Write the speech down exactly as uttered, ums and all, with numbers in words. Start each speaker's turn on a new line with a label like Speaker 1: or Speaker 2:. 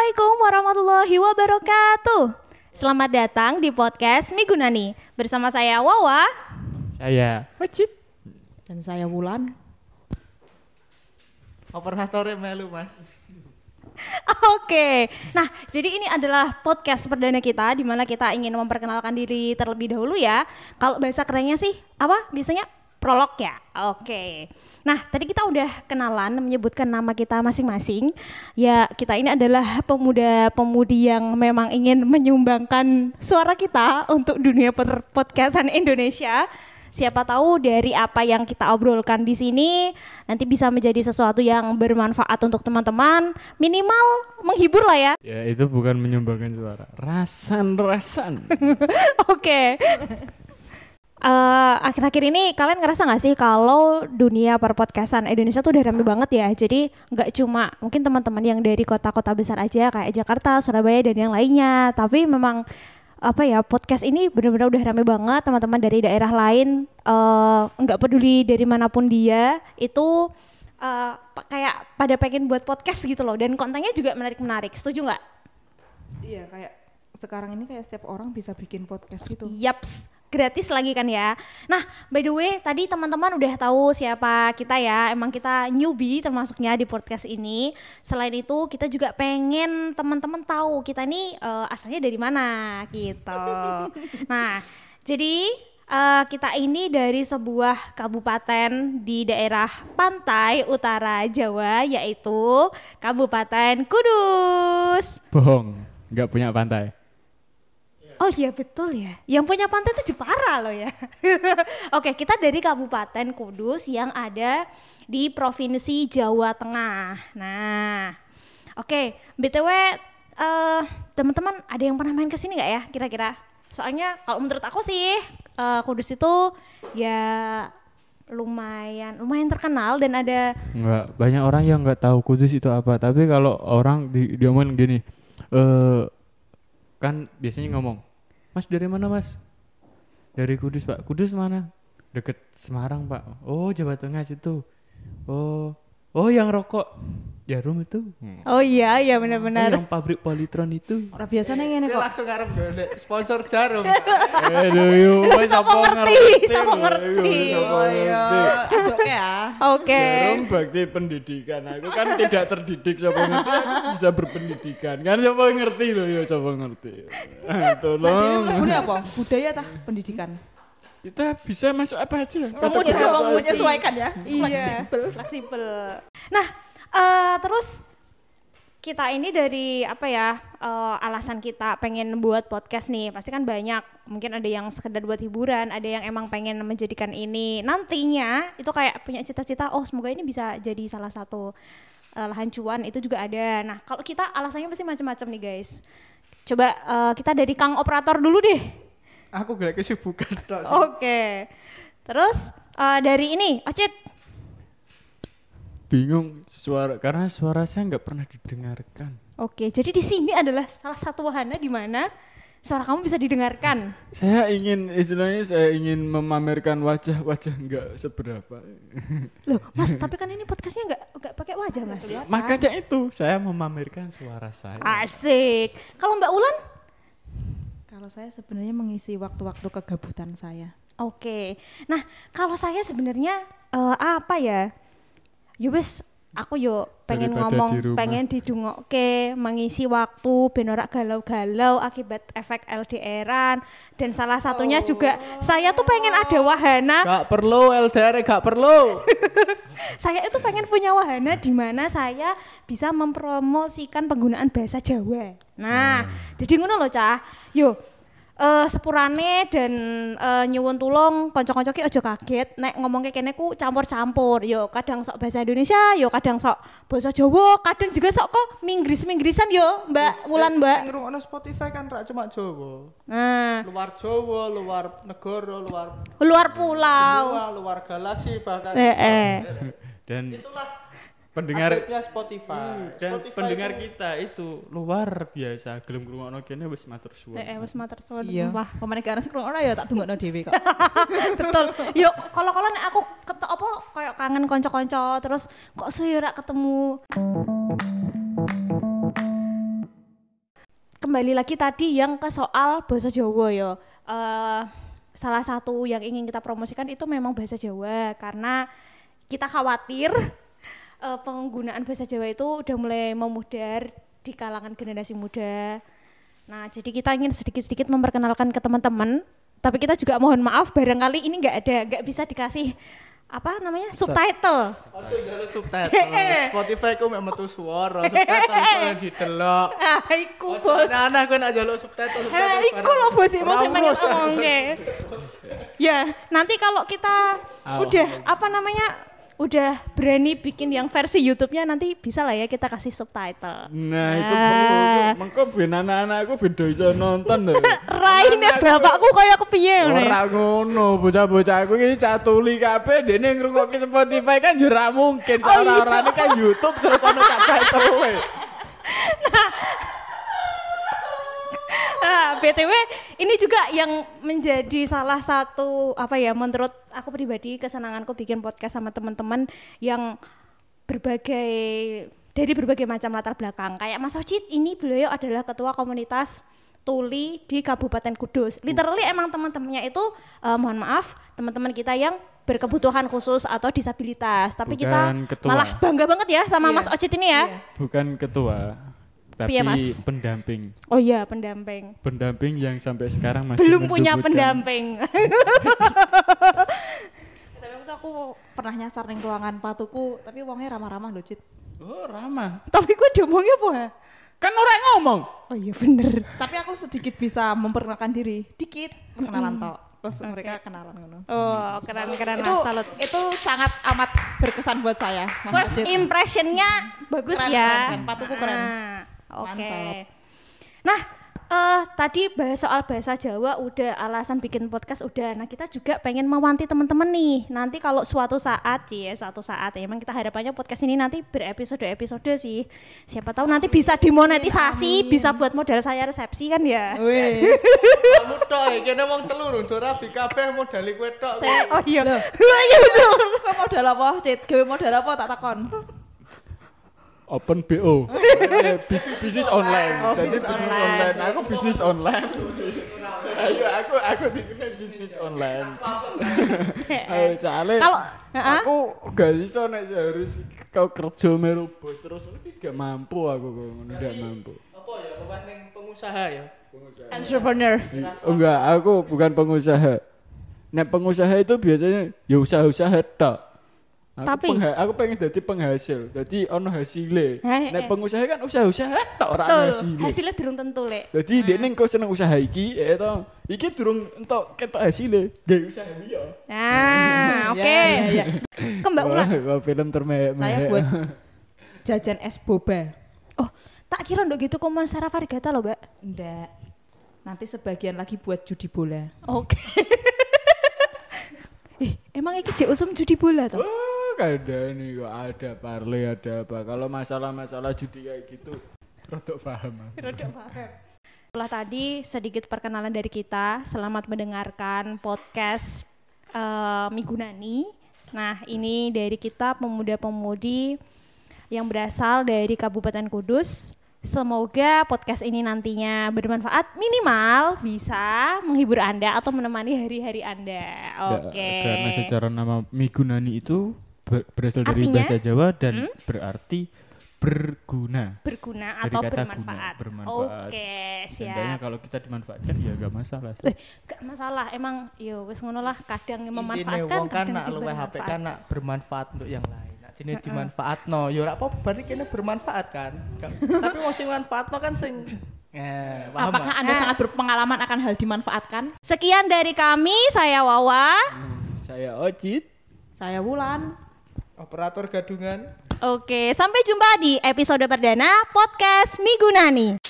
Speaker 1: Assalamualaikum warahmatullahi wabarakatuh. Selamat datang di podcast Migunani. Bersama saya Wawa,
Speaker 2: saya Wajib,
Speaker 3: dan saya Wulan.
Speaker 4: Operatornya melu mas.
Speaker 1: Oke, nah jadi ini adalah podcast perdana kita di mana kita ingin memperkenalkan diri terlebih dahulu ya. Kalau bahasa kerennya sih apa biasanya? Prolog ya. Oke. Nah, tadi kita udah kenalan menyebutkan nama kita masing-masing. Ya, kita ini adalah pemuda-pemudi yang memang ingin menyumbangkan suara kita untuk dunia podcastan Indonesia. Siapa tahu dari apa yang kita obrolkan di sini nanti bisa menjadi sesuatu yang bermanfaat untuk teman-teman, minimal menghibur lah ya.
Speaker 2: Ya, itu bukan menyumbangkan suara. Rasan-rasan.
Speaker 1: Oke. Uh, akhir-akhir ini kalian ngerasa gak sih kalau dunia perpodcastan Indonesia tuh udah rame banget ya. Jadi gak cuma mungkin teman-teman yang dari kota-kota besar aja kayak Jakarta, Surabaya dan yang lainnya, tapi memang apa ya, podcast ini benar-benar udah rame banget. Teman-teman dari daerah lain uh, gak peduli dari manapun dia itu uh, kayak pada pengen buat podcast gitu loh. Dan kontennya juga menarik-menarik, setuju gak?
Speaker 3: Iya, kayak sekarang ini kayak setiap orang bisa bikin podcast gitu.
Speaker 1: Yaps, gratis lagi kan ya. Nah, by the way, tadi teman-teman udah tahu siapa kita ya. Emang kita newbie termasuknya di podcast ini. Selain itu, kita juga pengen teman-teman tahu kita ini uh, asalnya dari mana gitu. Nah, jadi uh, kita ini dari sebuah kabupaten di daerah pantai utara Jawa, yaitu Kabupaten Kudus.
Speaker 2: Bohong, nggak punya pantai.
Speaker 1: Oh iya betul ya, yang punya pantai itu Jepara loh ya. Oke, kita dari Kabupaten Kudus yang ada di Provinsi Jawa Tengah. Nah, oke, B T W uh, teman-teman ada yang pernah main ke sini nggak ya kira-kira? Soalnya kalau menurut aku sih uh, Kudus itu ya lumayan lumayan terkenal dan ada.
Speaker 2: Nggak, banyak orang yang nggak tahu Kudus itu apa. Tapi kalau orang di diomongin gini, uh, kan biasanya ngomong, Mas dari mana mas? Dari Kudus pak. Kudus mana? Deket Semarang pak. Oh Jawa Tengah situ. Oh oh yang rokok Jarum itu. Hmm.
Speaker 1: Oh iya iya benar-benar.
Speaker 2: Oh, yang pabrik Polytron itu.
Speaker 3: Orang biasanya ngene kok.
Speaker 4: Langsung ngarep dulu sponsor Jarum.
Speaker 2: Aduh yo,
Speaker 1: sapa ngerti, sapa ngerti.
Speaker 3: Oh iya, oke ya.
Speaker 1: Oke.
Speaker 2: Jarum bakti pendidikan. Aku kan tidak terdidik, sapa ngerti aku bisa berpendidikan. Kan sapa ngerti loh yo, sapa ngerti. Tolong.
Speaker 3: Ini apa? Budaya tah pendidikan.
Speaker 2: Kita bisa masuk apa aja.
Speaker 3: Kamu dia menyesuaikan ya.
Speaker 1: Iya. Fleksibel. Nah, uh, terus kita ini dari apa ya uh, alasan kita pengen buat podcast nih pasti kan banyak. Mungkin ada yang sekedar buat hiburan, ada yang emang pengen menjadikan ini nantinya itu kayak punya cita-cita. Oh semoga ini bisa jadi salah satu uh, lahan cuan, itu juga ada. Nah kalau kita alasannya pasti macam-macam nih guys. Coba uh, kita dari Kang Operator dulu deh.
Speaker 4: Aku gak kesibukan.
Speaker 1: Oke. Okay. Terus uh, dari ini, Ocit.
Speaker 2: Bingung suara karena suara saya nggak pernah didengarkan.
Speaker 1: Oke, okay, jadi di sini adalah salah satu wahana di mana suara kamu bisa didengarkan.
Speaker 2: Saya ingin istilahnya saya ingin memamerkan wajah-wajah nggak seberapa.
Speaker 1: Loh, Mas, tapi kan ini podcastnya nggak nggak pakai wajah, Mas.
Speaker 2: Makanya itu saya memamerkan suara saya.
Speaker 1: Asik. Kalau Mbak Ulan?
Speaker 3: Kalau saya sebenarnya mengisi waktu-waktu kegabutan saya.
Speaker 1: Oke. Nah, kalau saya sebenarnya uh, apa ya? Yowes, aku yo pengen
Speaker 2: Daripada
Speaker 1: ngomong,
Speaker 2: di
Speaker 1: pengen didungokke, mengisi waktu ben ora galau-galau akibat efek L D R-an, dan salah satunya oh. juga saya tuh pengen ada wahana.
Speaker 4: Gak perlu L D R, gak perlu.
Speaker 1: Saya itu pengen punya wahana di mana saya bisa mempromosikan penggunaan bahasa Jawa. Nah, hmm. jadi ngono loh cah. Yo, uh, sepurane dan uh, nyuwun tulung kanca-kanca ki aja kaget nek ngomong kene ku campur-campur. Yo kadang sok bahasa Indonesia, yo kadang sok bahasa Jawa, kadang juga sok kok Inggris-Inggrisan yo, Mbak Wulan, Mbak.
Speaker 4: Ngrungokno Spotify kan rak cuma Jawa.
Speaker 1: Nah,
Speaker 4: luar Jawa, luar negara, luar
Speaker 1: luar pulau,
Speaker 4: luar, luar galaksi bahkan.
Speaker 1: Eh, eh.
Speaker 2: Dan
Speaker 4: itulah
Speaker 2: pendengar
Speaker 4: Spotify.
Speaker 2: Hmm, dan
Speaker 4: Spotify
Speaker 2: pendengar
Speaker 4: itu
Speaker 2: kita itu luar biasa gelem ngrungokno kene wis matur suwun.
Speaker 1: Heeh, wis matur suwun
Speaker 3: iya.
Speaker 1: Sumpah.
Speaker 3: Pemane karena ngrungokno ya tak dungokno dhewe kok.
Speaker 1: Betul. Yuk, kalau-kalau nek aku ketok apa kayak kangen kanca-kanca terus kok saya ora ketemu. kembali lagi tadi yang ke soal bahasa Jawa ya. Uh, salah satu yang ingin kita promosikan itu memang bahasa Jawa karena kita khawatir uh, penggunaan bahasa Jawa itu udah mulai memudar di kalangan generasi muda. Nah, jadi kita ingin sedikit-sedikit memperkenalkan ke teman-teman, tapi kita juga mohon maaf barangkali ini nggak ada, nggak bisa dikasih apa namanya subtitle.
Speaker 4: Ojo njaluk subtitle. Spotify ku mek metu swara, subtitle iso didelok.
Speaker 1: Ah, iku bos.
Speaker 4: Anak kowe nak njaluk subtitle.
Speaker 1: Ha, iku lho bos, mau sing pengen ngomongke. Ya, nanti kalau kita
Speaker 2: Oh.
Speaker 1: udah apa namanya udah berani bikin yang versi YouTube-nya nanti bisa lah ya kita kasih subtitle.
Speaker 2: Nah, itu perlu. Mengko ben anak-anakku beda iso nonton lho.
Speaker 1: Raine bapakku kaya kepiye ngene.
Speaker 2: Ora ngono, bocah-bocahku iki catuli kabeh dene ngrungokke Spotify kan yo ora mungkin.
Speaker 1: Oh,
Speaker 2: Ora-orane kan YouTube terus ono subtitle.
Speaker 1: Nah, B T W ini juga yang menjadi salah satu apa ya menurut aku pribadi kesenanganku bikin podcast sama teman-teman yang berbagai dari berbagai macam latar belakang. Kayak Mas Ocit ini beliau adalah ketua komunitas tuli di Kabupaten Kudus. Literally emang teman-temannya itu uh, mohon maaf teman-teman kita yang berkebutuhan khusus atau disabilitas. Tapi
Speaker 2: Bukan
Speaker 1: kita
Speaker 2: ketua.
Speaker 1: malah bangga banget ya sama
Speaker 3: Iya.
Speaker 1: Mas Ocit ini ya.
Speaker 3: Iya.
Speaker 2: Bukan ketua, tapi
Speaker 1: Piye, Mas?
Speaker 2: pendamping.
Speaker 1: Oh iya pendamping.
Speaker 2: Pendamping yang sampai sekarang masih
Speaker 1: Belum punya
Speaker 2: mendukung dan-
Speaker 1: pendamping.
Speaker 3: Tapi waktu aku pernah nyasar ning ruangan patuku, tapi wongnya ramah-ramah lho, Cit.
Speaker 2: Oh, ramah.
Speaker 1: Tapi gue diomongnya apa ya?
Speaker 2: Kan orang ngomong.
Speaker 1: Oh iya bener.
Speaker 3: Tapi aku sedikit bisa memperkenalkan diri, dikit perkenalan tok. Terus mereka kenalan ngono.
Speaker 1: Oh keren-keren
Speaker 3: Itu
Speaker 1: lah, salut.
Speaker 3: itu sangat amat berkesan buat saya. Mas
Speaker 1: First
Speaker 3: Cit.
Speaker 1: impressionnya bagus
Speaker 3: Keren,
Speaker 1: ya.
Speaker 3: keren, keren. Patuku keren.
Speaker 1: Ah, Oke.
Speaker 3: Mantap.
Speaker 1: Nah eh, tadi bahas soal bahasa Jawa udah, alasan bikin podcast udah. Nah kita juga pengen mewanti teman-teman nih. Nanti kalau suatu saat ya, suatu saat ya, emang kita harapannya podcast ini nanti berepisode-episode sih. Siapa tahu nanti bisa dimonetisasi,
Speaker 3: Amin.
Speaker 1: bisa buat modal saya resepsi kan ya.
Speaker 3: Wih.
Speaker 4: Kamu tok iki kene wong telu lho, do rabi kabeh modali kowe tok.
Speaker 3: Saya,
Speaker 1: Oh iya.
Speaker 3: Loh,
Speaker 1: Iya betul.
Speaker 3: kok modal apa, Cit? Gawe modal apa tak takon?
Speaker 2: Open B O. Eh, bis- bisnis online.
Speaker 3: Oh,
Speaker 2: Jadi
Speaker 3: bisnis
Speaker 2: bisnis
Speaker 3: online.
Speaker 2: online. Aku bisnis online. Ayo aku aku dikene bisnis online. Ayo soalnya
Speaker 1: Kalau- Heeh.
Speaker 2: aku gak iso nek harus kau kerja meru bos terus ini gak mampu aku kok ngono gak mampu.
Speaker 4: Apa ya luwih ning pengusaha ya?
Speaker 3: Entrepreneur.
Speaker 2: Oh, enggak, aku bukan pengusaha. Nek pengusaha itu biasanya ya usaha-usaha tok. Aku
Speaker 1: Tapi-
Speaker 2: pengha- aku pengen jadi penghasil, jadi ono hasilnya.
Speaker 1: Hei,
Speaker 2: Nek
Speaker 1: eh.
Speaker 2: pengusaha kan usaha-usaha tok ora
Speaker 1: Betul.
Speaker 2: ono hasilnya.
Speaker 1: Hasilnya durung tentu lek.
Speaker 2: Jadi dia ning kok seneng usaha iki, ya to. Iki durung entuk ketok hasilnya, gawe usaha liya.
Speaker 1: Nah, oke.
Speaker 3: Ya, ya, ya.
Speaker 1: Ke Mbak Ulan.
Speaker 2: Wah, kok film termehek.
Speaker 3: Saya buat jajan es boba.
Speaker 1: Oh, tak kira ndok gitu komen secara varigata loh, Mbak.
Speaker 3: Enggak. Nanti sebagian lagi buat judi bola.
Speaker 1: Oke. eh, emang iki jek usum judi bola toh?
Speaker 2: Oh, kada nih kok ada parley ada apa. Kalau masalah-masalah judi kayak gitu, rodok paham. aku.
Speaker 1: Setelah tadi sedikit perkenalan dari kita, selamat mendengarkan podcast eh, Migunani. Nah, ini dari kita pemuda-pemudi yang berasal dari Kabupaten Kudus. Semoga podcast ini nantinya bermanfaat, minimal bisa menghibur Anda atau menemani hari-hari Anda. Oke.
Speaker 2: Ya, karena secara nama Migunani itu ber- berasal dari
Speaker 1: Artinya?
Speaker 2: bahasa Jawa dan berarti berguna.
Speaker 1: Berguna
Speaker 2: Dari
Speaker 1: atau
Speaker 2: kata
Speaker 1: bermanfaat.
Speaker 2: guna, bermanfaat.
Speaker 1: Oke,
Speaker 2: Seandainya
Speaker 1: siap.
Speaker 2: kalau kita dimanfaatkan ya gak masalah.
Speaker 1: Eh, gak masalah, emang yo wis ngono lah, kadang yang
Speaker 4: Intine
Speaker 1: memanfaatkan,
Speaker 4: wong kan
Speaker 1: kadang
Speaker 4: nak luwih H P
Speaker 1: bermanfaat.
Speaker 4: kan nak bermanfaat untuk yang lain. Nak dene dimanfaatno, ya ora apa-apa berarti kene bermanfaat kan. Gak- Tapi wong sing manfaatno kan sing eh paham.
Speaker 3: Apakah Anda
Speaker 1: Nah.
Speaker 3: sangat berpengalaman akan hal dimanfaatkan?
Speaker 1: Sekian dari kami, saya Wawa.
Speaker 2: Saya Ocit.
Speaker 3: Saya Wulan.
Speaker 4: Operator gadungan.
Speaker 1: Oke, sampai jumpa di episode perdana podcast Migunani.